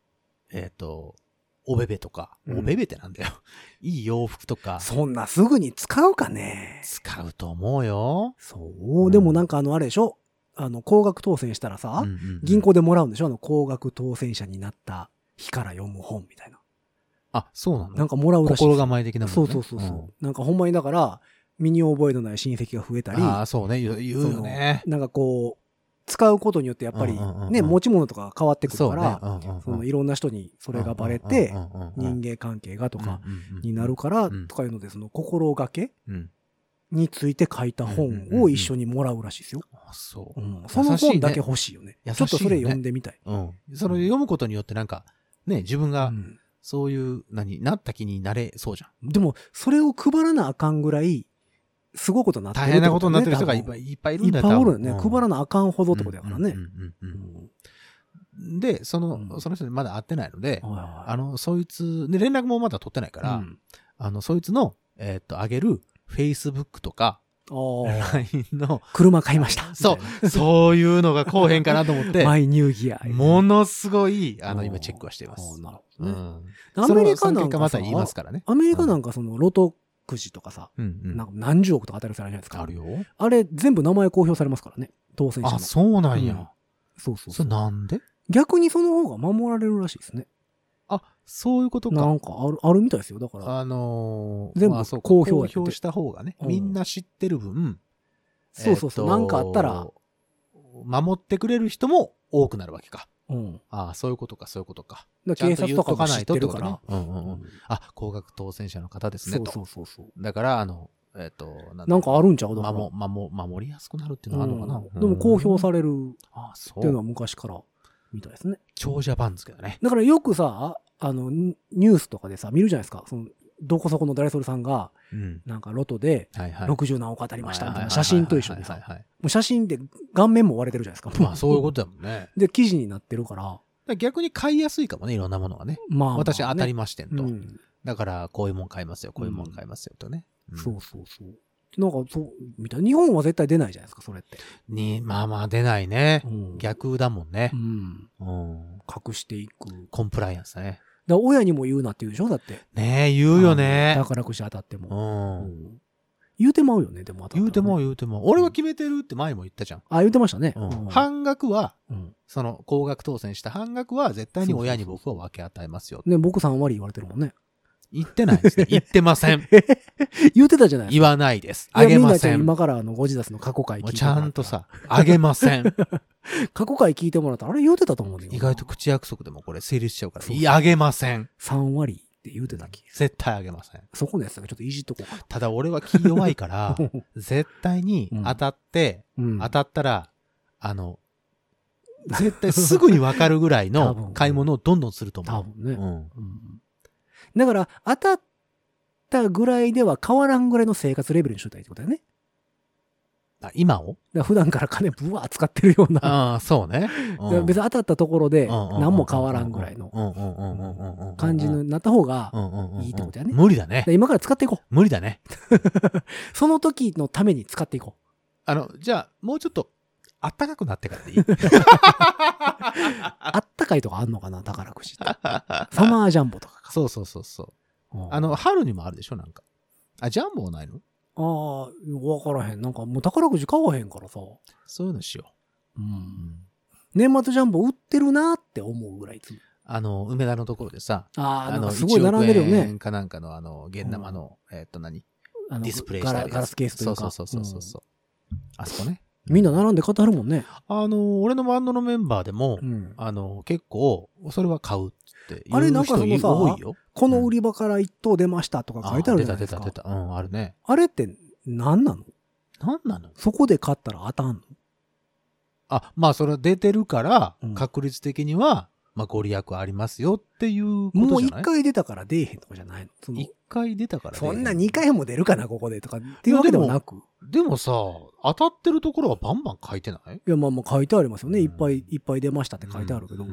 おべべとか、おべべってなんだよ。いい洋服とか。 そんなすぐに使うかね。 使うと思うよ。 そう。でもなんかあれでしょ、高額当選したらさ、銀行でもらうんでしょ、高額当選者になった日から読む本みたいな。 あ、そうなの？ なんかもらうらしい。 心構え的なものね。 そう。なんかほんまにだから、身に覚えのない親戚が増えたり。 ああ、そうね。言うよね。 なんかこう、使うことによってやっぱりね、持ち物とか変わってくるから、いろんな人にそれがバレて、人間関係がとかになるから、とかいうので、その心がけについて書いた本を一緒にもらうらしいですよ。 そう。 その本だけ欲しいよね。ちょっとそれ読んでみたい。 それ読むことによってなんか、ね、自分が、そういう、なった気になれそうじゃん。 でも、それを配らなあかんぐらい、すごいことになってる。 大変なことになってる人がいっぱいいるんだよ。 いっぱいおるよね。配らなあかんほどってことやからね。 で、その人にまだ会ってないので、そいつ、で、連絡もまだ取ってないから、そいつの、あげる、Facebook とか、LINE の。 車買いました。 そういうのがこうへんかなと思って。 マイニューギア。 ものすごい、今チェックはしています。 なるほどね。アメリカなんかまた言いますからね。 アメリカなんかロトくじとかさ、なんか何十億とか当たるされるじゃないですか。 あるよ。 あれ全部名前公表されますからね。当選者の。 あ、そうなんや。 そう。 それなんで？ 逆にその方が守られるらしいですね。 あ、そういうことか。 なんかあるみたいですよ。だから。全部公表した方がね。みんな知ってる分。 そう。なんかあったら。 守ってくれる人も多くなるわけか。ああ、そういうことか。 警察とかも知ってるから。 あ、高額当選者の方ですね。 そう。 だから、 なんかあるんちゃう？ 守りやすくなるっていうのはあるのかな。でも公表されるっていうのは昔からみたいですね。 長者番付だね。 だからよくさ、ニュースとかでさ、見るじゃないですか。どこそこの誰それさんが、なんかロトで60何億当たりましたみたいな写真と一緒にさ、もう写真で顔面も割れてるじゃないですか。 まあそういうことだもんね。 で、記事になってるから。 逆に買いやすいかもね、いろんなものがね。私当たりましてんと。だから、こういうもん買いますよ、こういうもん買いますよとね。 そう。なんかみたいな。日本は絶対出ないじゃないですか、それって。 まあ出ないね。逆だもんね。 隠していく。 コンプライアンスね。 親にも言うなって言うでしょだって。 ねえ、言うよね。 宝くじ当たっても。言うてまうよね、でも当たったら。 言うても。俺は決めてるって前も言ったじゃん。 言うてましたね。 半額は、その高額当選した半額は絶対に親に僕は分け与えますよ。 ね、僕3割言われてるもんね。 言ってないですね。言ってません。 言ってたじゃない言わないです。あげません。 今からご自宅の過去回聞いてちゃんとさ、あげません。 過去回聞いてもらったら、あれ言うてたと思うんだよ。 意外と口約束でもこれ成立しちゃうから。あげません。 3割って言うてたき。 絶対あげません。 そこのやつだけちょっといじっとこうか。 ただ俺は気弱いから、絶対に当たったら、絶対すぐに分かるぐらいの買い物をどんどんすると思う。 多分ね。だから、当たったぐらいでは変わらんぐらいの生活レベルにしといたらいいってことだよね。 今を？ 普段から金ブワー使ってるような。 ああ、そうね。 別に当たったところで何も変わらんぐらいの感じになった方がいいってことやね。 無理だね。 今から使っていこう。無理だね。 その時のために使っていこう。じゃあ、もうちょっと、あったかくなってからでいい？ あったかいとかあんのかな、宝くじって。サマージャンボとかか。 そう。春にもあるでしょ、なんか。ジャンボはないの？ わからへん。なんかもう宝くじ買わへんからさ。 そういうのしよう。 年末ジャンボ売ってるなって思うぐらい。 梅田のところでさ、 すごい並んでるよね。 1億円かなんかの、現生の、ディスプレイしたりガラスケースというか。 そう。あそこね。 みんな並んで買ってはるもんね。 俺のバンドのメンバーでも、結構、それは買うってあれなんかそのさ、 多いよ。 この売り場から1等出ましたとか書いてあるじゃないですか。 出た。あるね。 あれって何なの？そこで買ったら当たんの？ まあそれは出てるから、確率的には、まあご利益ありますよっていうことじゃない？ もう1回出たから出えへんとかじゃないの？1 回出たからそんな2回も出るかな、ここでとかっていうわけでもなく。 でもさ、当たってるところはバンバン書いてない？ いや、まあ書いてありますよね。いっぱい出ましたって書いてあるけど。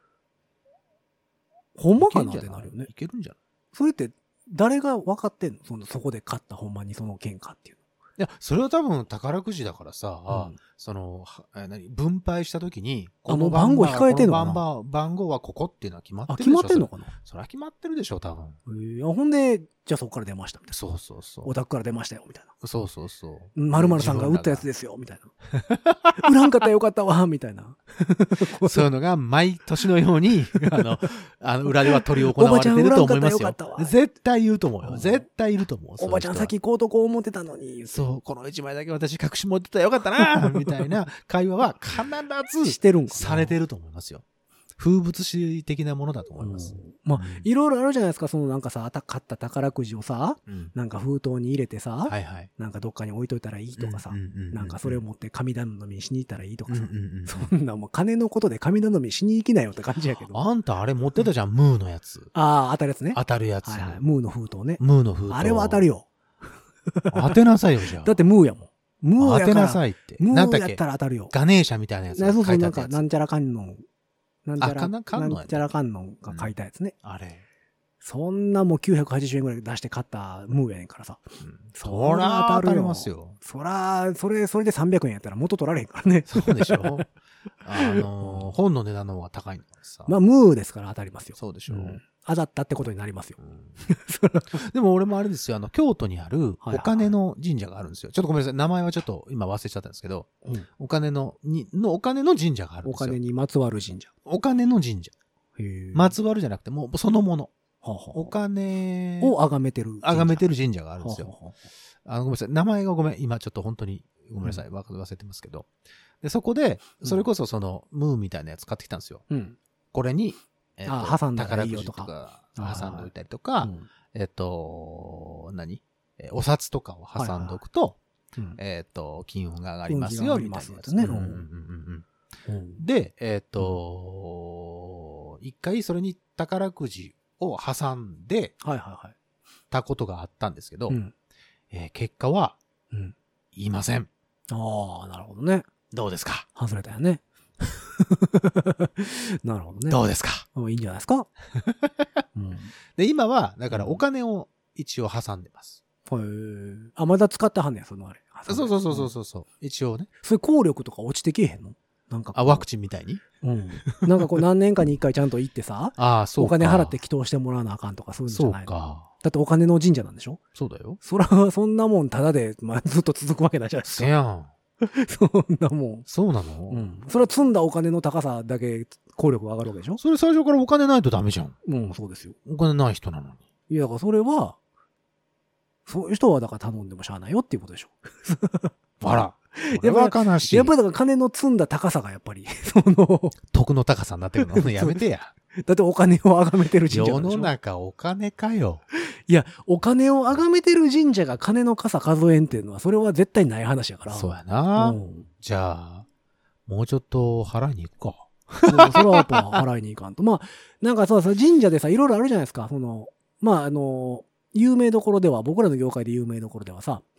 ほんまかなってなるよね。 いけるんじゃない？それって誰が分かってんの？そこで買ったほんまにその券かっていう。 いや、それは多分宝くじだからさ、分配したときに、 この番号控えてんのかな？ 番号はここっていうのは決まってるでしょ？ 決まってんのかな？ それは決まってるでしょ、多分。 ほんで、じゃあそこから出ましたみたいな。 そう。 お宅から出ましたよ、みたいな。 そう。 〇〇さんが打ったやつですよ、みたいな。売らんかったらよかったわ、みたいな。 そういうのが毎年のように、裏では取り行われてると思いますよ。絶対言うと思うよ。絶対いると思う。 おばちゃんさっきこうとこう思ってたのに。 そう、この1枚だけ私隠し持ってたらよかったな、みたいな会話は必ずしてるんかな？ されてると思いますよ。風物詩的なものだと思います。 まあ、いろいろあるじゃないですか。そのなんかさ、買った宝くじをさ、なんか封筒に入れてさ、なんかどっかに置いといたらいいとかさ、なんかそれを持って神頼みしに行ったらいいとかさ、そんなもう金のことで神頼みしに行きなよって感じやけど。 あんたあれ持ってたじゃん、ムーのやつ。 当たるやつね。 当たるやつ。 ムーの封筒ね。 ムーの封筒。 あれは当たるよ。 当てなさいよ、じゃあ。 だってムーやもん。ムーやから。 当てなさいって。 ムーやったら当たるよ。 ガネーシャみたいなやつ。 そう、なんか、なんちゃらかんのん。なんちゃらかんのんが書いたやつね。 あれ。 そんなもう980円ぐらい出して買ったムーやねんからさ。 そら当たりますよ。 それで300円やったら元取られへんからね。 そうでしょ。本の値段の方が高いんだからさ。 まあ、ムーですから当たりますよ。 そうでしょ。 当たったってことになりますよ。 でも俺もあれですよ、京都にあるお金の神社があるんですよ。ちょっとごめんなさい。名前はちょっと今忘れちゃったんですけど、お金の神社があるんですよ。 お金にまつわる神社。 お金の神社。まつわるじゃなくて、もうそのもの。お金を崇めてる神社があるんですよ。ごめんなさい。名前が今ちょっと本当にごめんなさい。忘れてますけど。で、そこで、それこそムーみたいなやつ買ってきたんですよ。これに、 挟んだらいいよとか。挟んでおいたりとか、お札とかを挟んでおくと、金運が上がりますよ、みたいなやつね。で、一回それに宝くじを挟んで、たことがあったんですけど、結果は、言いません。 ああ、なるほどね。 どうですか？ 外れたよね。なるほどね。 どうですか？ いいんじゃないですか？ で、今は、だからお金を一応挟んでます。 まだ使ってはんねや、そのあれ。 そう。一応ね。 それ効力とか落ちてけえへんの？なんかワクチンみたいに？ なんか何年かに一回ちゃんと行ってさ、 お金払って祈祷してもらわなあかんとかそういうのじゃないの？ そうか。 だってお金の神社なんでしょ？ そうだよ。 そんなもんただで、ずっと続くわけないじゃないですか。 せやん。 そんなもん。 そうなの？ それは積んだお金の高さだけ効力が上がるわけでしょ？ それ最初からお金ないとダメじゃん。 そうですよ。 お金ない人なのに。 いや、だからそれは、そういう人はだから頼んでもしゃあないよっていうことでしょ。 あら。やっぱ悲しい。 やっぱりだから金の積んだ高さがやっぱり、 徳の高さになってるの。やめてや。 だってお金を崇めてる神社世の中お金かよ。 いや、お金を崇めてる神社が金の傘数えんっていうのは、それは絶対ない話やから。 そうやな。じゃあ、もうちょっと払いに行くか。 それはやっぱ払いに行かんと。まあ、なんかそう、神社でさ、いろいろあるじゃないですか。有名どころでは、僕らの業界で有名どころではさ、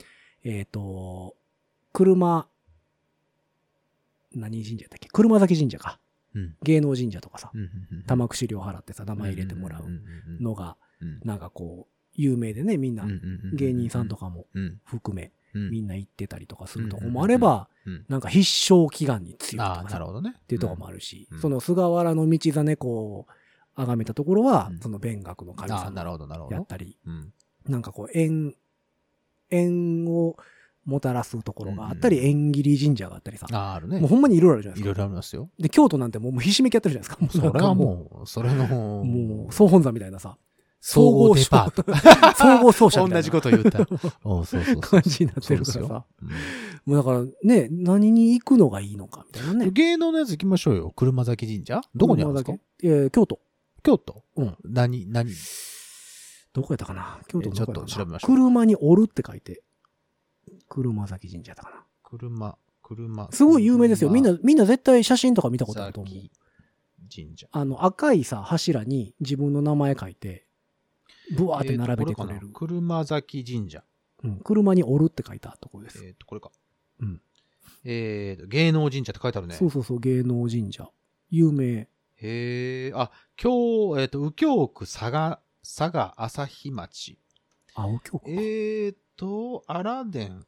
何神社だっけ？車崎神社か。芸能神社とかさ、玉串料払ってさ、名前入れてもらうのが、なんかこう、有名でね、みんな、芸人さんとかも含め、みんな行ってたりとかするとこもあれば、なんか必勝祈願に強いとかさ、っていうとこもあるし、その菅原道真公を崇めたところは、その勉学の神様やったり、なんかこう、縁をもたらすところがあったり、縁切り神社があったりさ。 あるね。 もうほんまにいろいろあるじゃないですか。 いろいろありますよ。 で、京都なんてもうひしめきやってるじゃないですか。 それはもう、それの、 もう、総本山みたいなさ。 総合デパート。 総合奏者みたいな。 同じこと言った。そう感じになってるからさ。もうだからね、何に行くのがいいのかみたいなね。 芸能のやつ行きましょうよ。車崎神社どこにあるんですか？ 京都。 京都？ うん。 何どこやったかな？京都のどこやったかな？ ちょっと調べましょう。 車におるって書いて。車崎神社だかな。 車。 すごい有名ですよ。みんな絶対写真とか見たことあると思う。 神社。 赤いさ、柱に自分の名前書いて、ブワーって並べてくれる。 車崎神社。 うん。車におるって書いたところです。 これか。 うん。 芸能神社って書いてあるね。 そう、芸能神社。有名。 右京区佐賀朝日町。 右京区荒電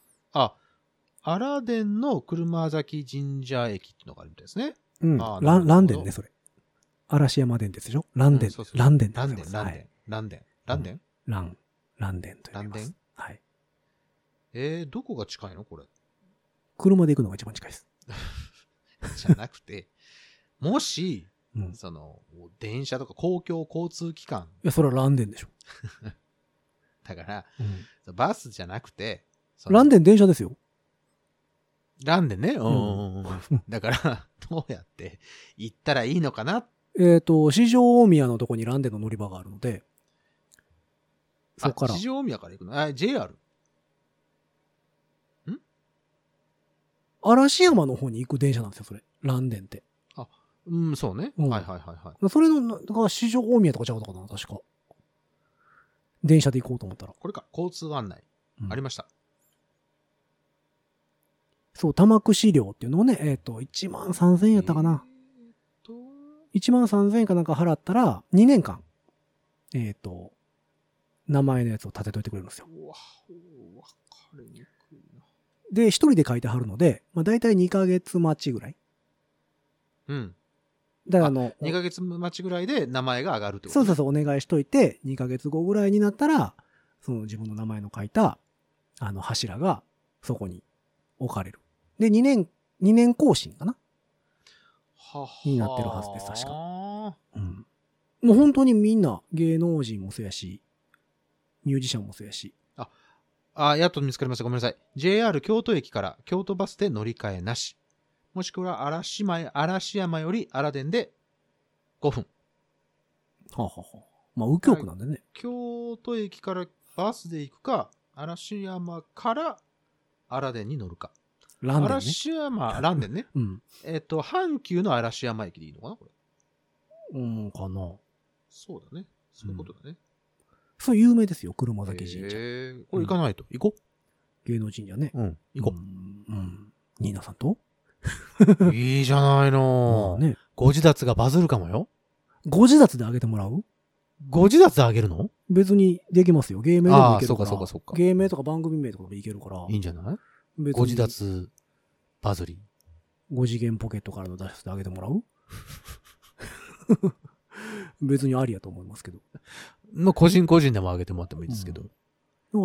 の車崎神社駅っていうのがあるみたいですね。 うん。蘭電ね、それ。嵐山電鉄でしょ？蘭電。蘭電。 蘭電と言います。 はい。 どこが近いのこれ。 車で行くのが一番近いです。 じゃなくて、もし、電車とか公共交通機関。 いや、それは蘭電でしょ。 だから、バスじゃなくて。 蘭電電車ですよ。 蘭電ね。だから、どうやって行ったらいいのかな。 四条大宮のとこに蘭電の乗り場があるので、そこから。 四条大宮から行くのJR？ 嵐山の方に行く電車なんですよ、それ。蘭電って。 そうね。はい。 それの、だから四条大宮とかちゃうのかな、確か。電車で行こうと思ったら。 これか、交通案内。ありました。 そう、玉串料っていうのをね、13,000円やったかな。13,000円かなんか払ったら、2年間、名前のやつを立てといてくれるんですよ。 わかりにくいな。 で、一人で書いてはるので、だいたい2ヶ月待ちぐらい。 うん。 だから 2ヶ月待ちぐらいで名前が上がるってこと？ そう、お願いしといて、2ヶ月後ぐらいになったら、その自分の名前の書いた、柱が、そこに置かれる。で、2年更新かなになってるはずです、確か。うん。もう本当にみんな、芸能人もそうやし、ミュージシャンもそうやし。 やっと見つかりました。ごめんなさい。JR 京都駅から京都バスで乗り換えなし。もしくは嵐山より荒電で5分。 右京区なんでね。 京都駅からバスで行くか、嵐山から荒電に乗るか。 蘭電ね。 嵐山、蘭電ね。 うん。 阪急の嵐山駅でいいのかなこれ。 かな。 そうだね。そういうことだね。 そう、有名ですよ、車崎神社。 これ行かないと。行こう。 芸能神社ね。 行こう。ニーナさんといいじゃないの。 ね。 ご自立がバズるかもよ。 ご自立であげてもらう？ ご自立であげるの？ 別にできますよ。芸名でもいけるから。 そうか。 芸名とか番組名とかでいけるから。 いいんじゃない？ご自立バズり。 5次元ポケットからの脱出であげてもらう？別にありやと思いますけど。 個人個人でもあげてもらってもいいですけど。 だから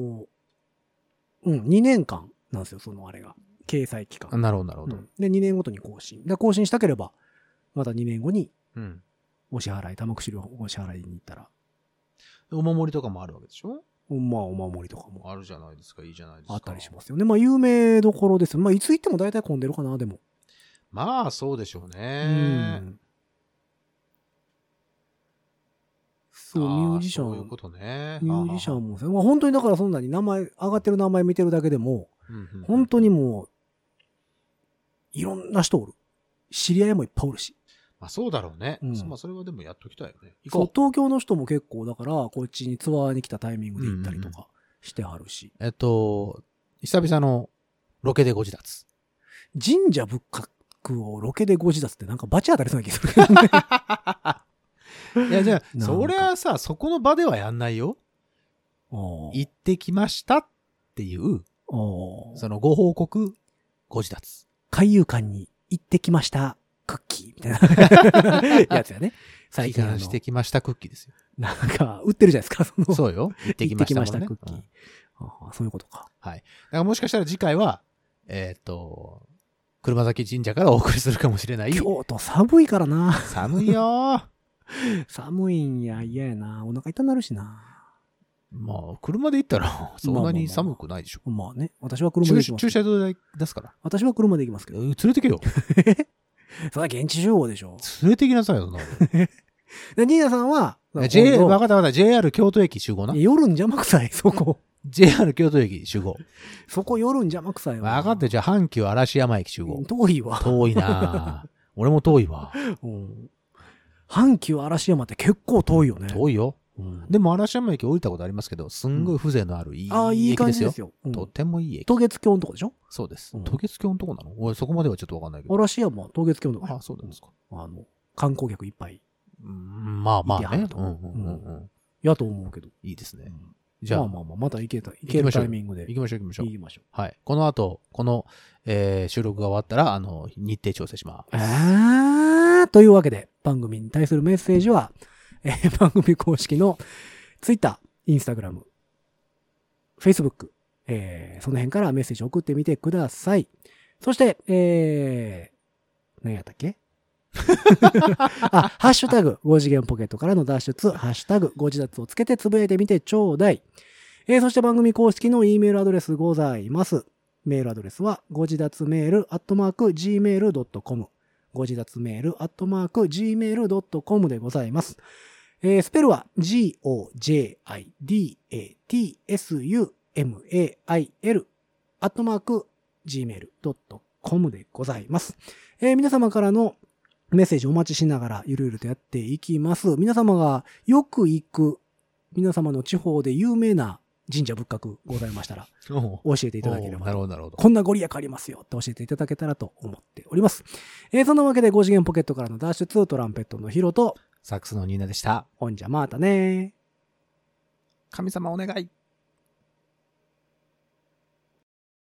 2年間なんですよ、そのあれが。掲載期間。 なるほど。 で、2年ごとに更新。で、更新したければ、また2年後に、玉串料お支払いに行ったら。 お守りとかもあるわけでしょ？ お守りとかも。 あるじゃないですか、いいじゃないですか。 あったりしますよね。有名どころですよ。いつ行っても大体混んでるかな、でも。 そうでしょうね。 そう、ミュージシャン。 そういうことね。 ミュージシャンもさ、本当にだからそんなに上がってる名前見てるだけでも、本当にもう、いろんな人おる。知り合いもいっぱいおるし。 そうだろうね。それはでもやっときたいよね。 そう、東京の人も結構だから、こっちにツアーに来たタイミングで行ったりとかしてはるし。 久々のロケでご自立。 神社仏閣をロケでご自立ってなんかバチ当たりそうな気がするけどね。 いや、じゃあ、そりゃさ、そこの場ではやんないよ。行ってきましたっていう、そのご報告、ご自立。 海遊館に行ってきました、クッキーみたいなやつやね。 最近してきましたクッキーですよ。 なんか、売ってるじゃないですか。 そうよ。行ってきましたクッキー。 あ、そういうことか。 はい。だからもしかしたら次回は、車崎神社からお送りするかもしれない。 京都寒いからな。 寒いよー。 寒いんや、嫌やな。お腹痛なるしな。 まあ、車で行ったら、そんなに寒くないでしょ。 まあね。私は車で行きます。 駐車場代出すから。 私は車で行きますけど。 連れてけよ。 それは現地集合でしょ。 連れてきなさいよ、 で、ニーナさんは、 わかった。JR 京都駅集合な。 夜邪魔くさい、そこ。 JR 京都駅集合。 そこ夜邪魔くさいわ。 分かって、じゃあ阪急嵐山駅集合。 遠いわ。 遠いな俺も遠いわ。 阪急嵐山って結構遠いよね。 遠いよ。でも嵐山駅降りたことありますけど、すんごい風情のあるいい駅ですよ。とてもいい駅。 渡月橋のとこでしょ？ そうです。渡月橋のとこなの？俺そこまではちょっとわかんないけど。 嵐山、渡月橋のとこ。 あ、そうなんですか。 観光客いっぱい。 まあね。 やと思うけど。 いいですね。じゃあ。 また行けるタイミングで。 行きましょう。はい。この後、収録が終わったら、日程調整します。 というわけで、番組に対するメッセージは、番組公式の Twitter、Instagram、Facebook、その辺からメッセージ送ってみてください。そして、何やったっけハッシュタグ、5次元ポケットからの脱出、ハッシュタグ、5次脱をつけてつぶやいてみてちょうだい。そして番組公式の E メールアドレスございます。メールアドレスは、ご自立メール@gmail.com。ご自立メール@gmail.com でございます。スペルは、gojidatsumail @gmail.com でございます。皆様からのメッセージお待ちしながらゆるゆるとやっていきます。皆様がよく行く、皆様の地方で有名な神社仏閣ございましたら、教えていただければ。 なるほど。 こんなご利益ありますよって教えていただけたらと思っております。そんなわけで5次元ポケットからの脱出、トランペットのヒロと、 サックスのニーナでした。 ほんじゃまたね。 神様お願い。